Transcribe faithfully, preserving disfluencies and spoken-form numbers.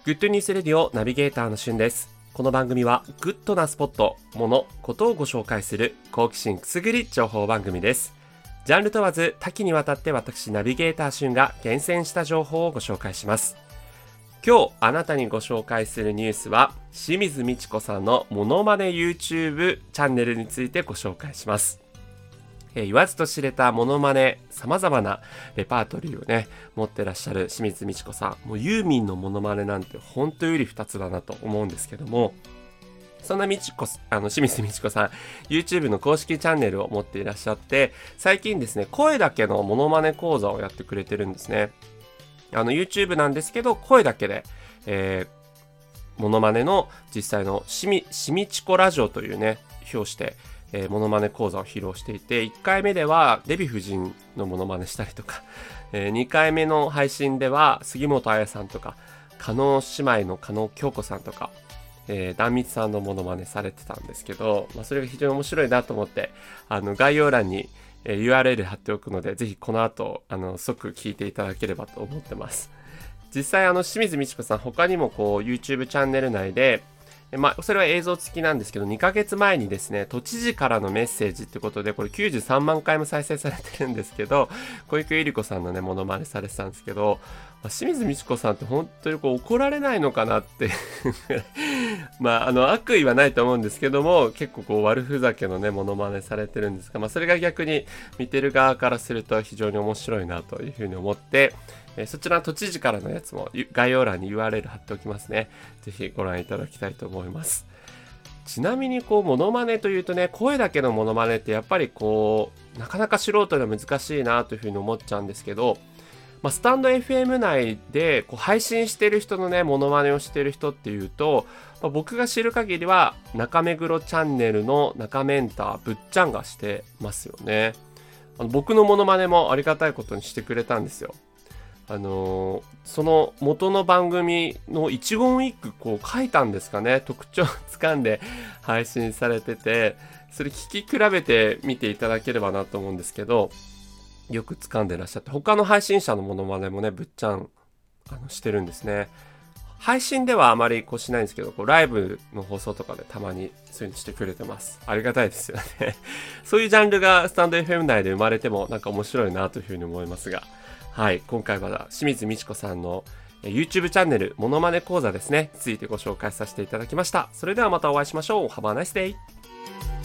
グッドニュースレディオナビゲーターのしゅんです。この番組はグッドなスポット、もの、ことをご紹介する好奇心くすぐり情報番組です。ジャンル問わず多岐にわたって私ナビゲーターしゅんが厳選した情報をご紹介します。今日あなたにご紹介するニュースは清水美智子さんのモノマネ YouTube チャンネルについてご紹介します。えー、言わずと知れたモノマネ様々なレパートリーをね持ってらっしゃる清水美智子さん、もうユーミンのモノマネなんて本当より二つだなと思うんですけども、そんな美智子あの清水美智子さん YouTube の公式チャンネルを持っていらっしゃって、最近ですね声だけのモノマネ講座をやってくれてるんですね。あの YouTube なんですけど声だけで、えー、モノマネの実際のしみしみちこラジオというね表してえー、モノマネ講座を披露していて、いっかいめではデヴィ夫人のモノマネしたりとか、えー、にかいめの配信では杉本彩さんとか加納姉妹の加納京子さんとか、えー、壇蜜さんのモノマネされてたんですけど、まあ、それが非常に面白いなと思ってあの概要欄に、えー、ユーアールエル 貼っておくので、ぜひこの後あの即聞いていただければと思ってます。実際あの清水美智子さん他にもこう YouTube チャンネル内でまあ、それは映像付きなんですけど、にかげつまえにですね、都知事からのメッセージってことで、これきゅうじゅうさんまんかいも再生されてるんですけど、小池百合子さんのね、モノマネされてたんですけど、まあ、清水美智子さんって本当にこう怒られないのかなってまあ、あの、悪意はないと思うんですけども、結構こう悪ふざけのね、モノマネされてるんですが、まあ、それが逆に見てる側からすると非常に面白いなというふうに思って、えー、そちらの都知事からのやつも概要欄に ユーアールエル 貼っておきますね。ぜひご覧いただきたいと思います。ちなみにこうモノマネというとね、声だけのモノマネってやっぱりこうなかなか素人では難しいなというふうに思っちゃうんですけど、まあ、スタンド エフエム 内でこう配信してる人のねモノマネをしてる人っていうと、まあ、僕が知る限りは中目黒チャンネルの中メンターぶっちゃんがしてますよね。あの僕のモノマネもありがたいことにしてくれたんですよ。あのー、その元の番組の一言一句こう書いたんですかね、特徴をつかんで配信されてて、それ聞き比べてみていただければなと思うんですけど、よく掴んでらっしゃって、他の配信者のモノマネもねぶっちゃんあのしてるんですね。配信ではあまりこうしないんですけど、こうライブの放送とかでたまにそういうのしてくれてます。ありがたいですよねそういうジャンルがスタンド エフエム 内で生まれてもなんか面白いなというふうに思いますが、はい、今回は清水美智子さんの YouTube チャンネルモノマネ講座ですねについてご紹介させていただきました。それではまたお会いしましょう。Have a nice day!